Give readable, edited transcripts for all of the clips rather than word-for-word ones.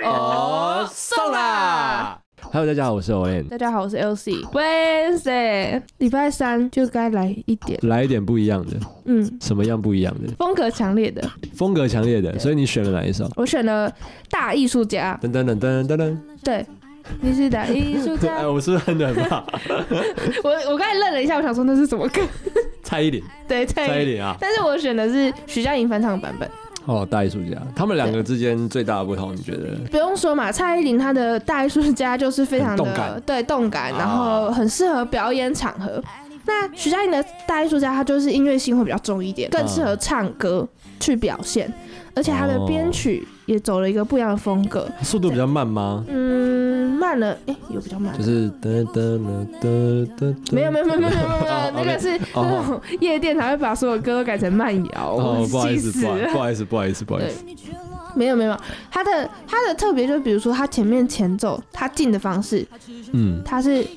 哦，送啦！ Hello， 大家好，我是 Olen。 大家好，我是 Elsie。Wednesday， 礼拜三就该来一点不一样的。什么样不一样的？ 风格强烈的。风格强烈的， 所以你选了哪一首？ 我选了《大艺术家》。 噔噔噔噔噔噔。 对。你是大艺术家。 哎，我是不是哼得很好？ 我刚才愣了一下，我想说那是什么歌？ 蔡依林。 对，蔡依林啊。但是我选的是徐佳莹翻唱的版本。 哦，大艺术家，他们两个之间最大的不同，你觉得？ 不用说嘛，蔡依林她的大艺术家就是非常的动感，然后很适合表演场合。那徐佳莹的大艺术家，她就是音乐性会比较重一点，更适合唱歌去表现，而且她的编曲也走了一个不一样的风格。 速度比较慢吗？ 慢了，有比较慢， 就是没有，那个是那种夜店才会把所有歌都改成慢摇。 哦，不好意思，不好意思。 没有，他的特别就是，比如说他前奏他进的方式，他是。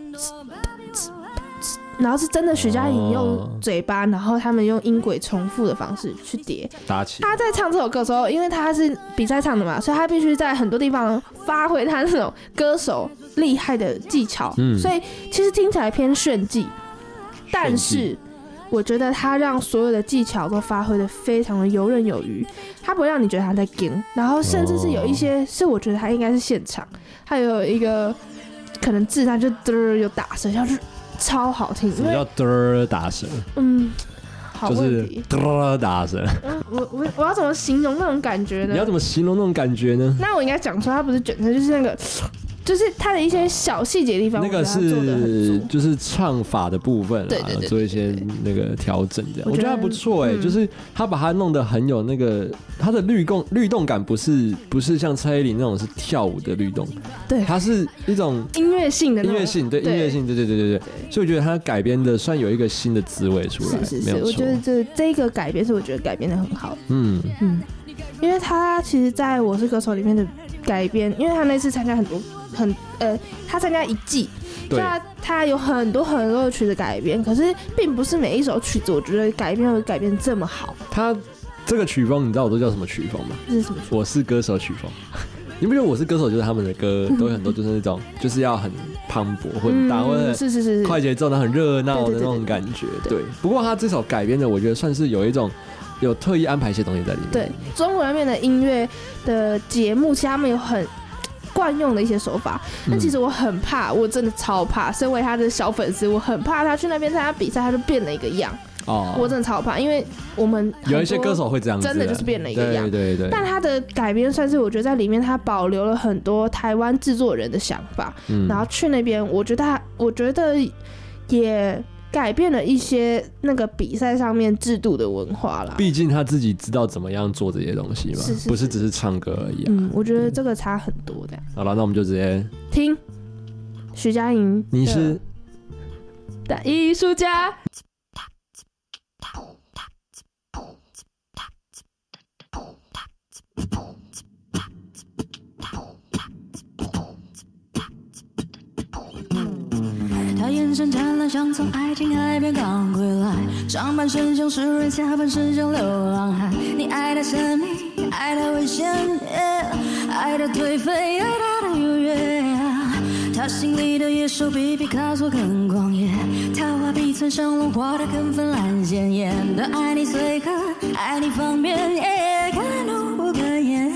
然后是真的徐佳莹用嘴巴，然后他们用音轨重复的方式去叠搭起。 他在唱这首歌的时候，因为他是比赛唱的嘛，所以他必须在很多地方发挥他那种歌手厉害的技巧，所以其实听起来偏炫技，但是我觉得他让所有的技巧都发挥的非常的游刃有余，他不会让你觉得他在跟，然后甚至是有一些是我觉得他应该是现场，他有一个可能字他就有打舌，像是。超好听， 什么叫嘚打舌？ 好问题， 就是嘚打舌。 我要怎么形容那种感觉呢？ 你要怎么形容那种感觉呢？ 那我应该讲出它不是卷舌，就是那个。就是它的一些小细节的地方， 那个是就是唱法的部分啦，做一些那个调整这样，我觉得还不错就是他把它弄得很有那个他的律动感，不是像蔡依林那种是跳舞的律动，对，它是一种音乐性的音乐性，对，所以我觉得他改编的算有一个新的滋味出来， 是，我觉得这个改编是我觉得改编的很好，因为他其实在我是歌手里面的改编，因为他那次参加他参加一季，对，他有很多的曲子改编，可是并不是每一首曲子我觉得改编会改编这么好。他这个曲风你知道我都叫什么曲风吗？ 这是什么曲风？ 我是歌手曲风。你不觉得我是歌手就是他们的歌都有很多就是那种就是要很磅礴混搭，或者是快节奏的很热闹的那种感觉，对。不过他这首改编的，我觉得算是有一种。有特意安排一些东西在里面。 对，中国那边的音乐的节目，其实他们有很惯用的一些手法。但其实我很怕，我真的超怕。身为他的小粉丝，我很怕他去那边参加比赛，他就变了一个样。我真的超怕，因为我们有一些歌手会这样子， 真的就是变了一个样。 对。 但他的改编算是我觉得在里面，他保留了很多台湾制作人的想法，然后去那边，我觉得也。改变了一些那个比赛上面制度的文化啦。 毕竟他自己知道怎么样做这些东西嘛，不是只是唱歌而已我觉得这个差很多的。 好了，那我们就直接听徐佳莹。 你是大艺术家。 他眼神灿烂，像从爱情海边刚回来，上半身像诗人，下半身像流浪汉。你爱他神秘，爱他危险，爱他颓废，爱他的优越。他心里的野兽比毕卡索更狂野，他画笔曾像龙，画得更纷烂鲜艳的。爱你随和，爱你方便，看怒不可言。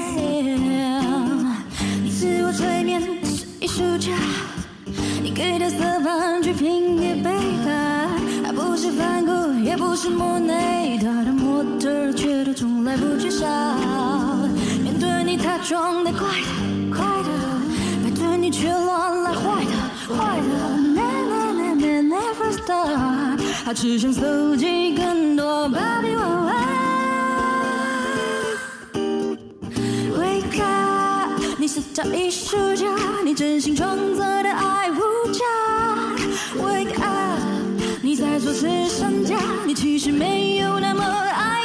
你自我催眠是艺术家。你给的色盘去拼也背叛，他不是梵谷，也不是莫内，他的模特却都从来不缺少。面对你，他装得快的，背对你却乱来坏的。Never stop， 他只想搜集更多芭比娃娃。Wake up， 你是大艺术家，你真心创作的爱无价。Wake up， 你在做慈善家，你其实没有那么爱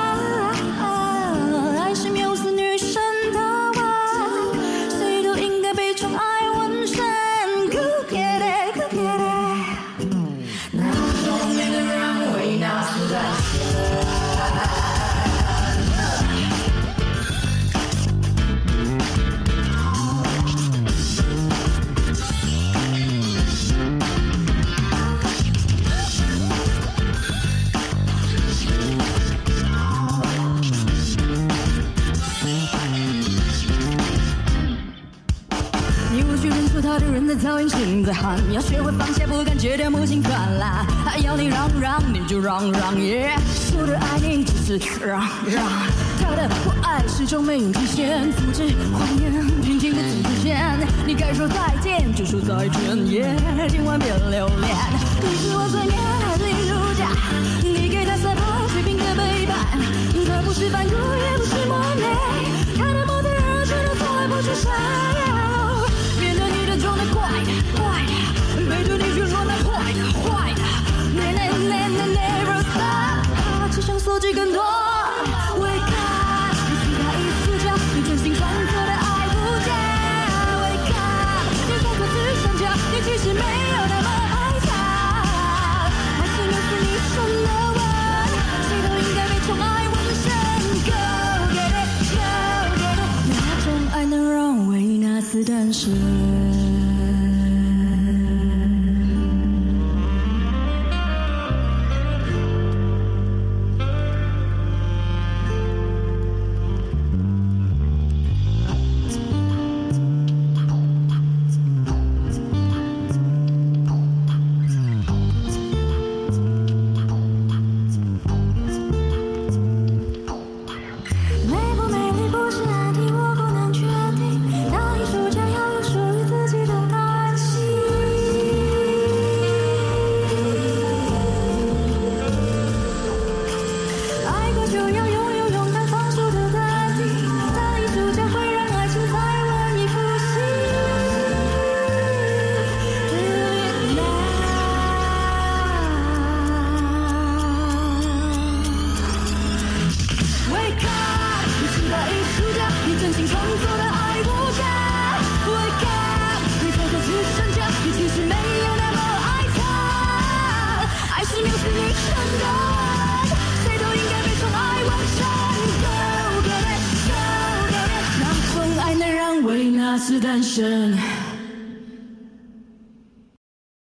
他。爱是缪斯女神的娃，谁都应该被宠爱完善。Go get it， go get it。那种面的人为那时代。 早引擎在喊，要学会放下，不敢觉得母亲断了，还要你让你就让，说的爱你只是让，他的我爱始终没有极限，复制还原，平静的自主线，你该说再见就说再见，千万别留恋。你是我最爱的艺术家，你给他赛跑水平的背叛，他不是梵谷也不是莫内，他的模特儿全都从来不去闪耀，面对你的装的怪的，背对你却说那坏的，never stop， 只想搜集更多。Wake up， 你是他艺术家，你真心创作的爱无价。Wake up， 你在各自上架，你其实没有那么爱他，还是留住你说的吻，谁都应该被宠爱完整。Go get it， 哪种爱能让维纳斯诞生？是单身。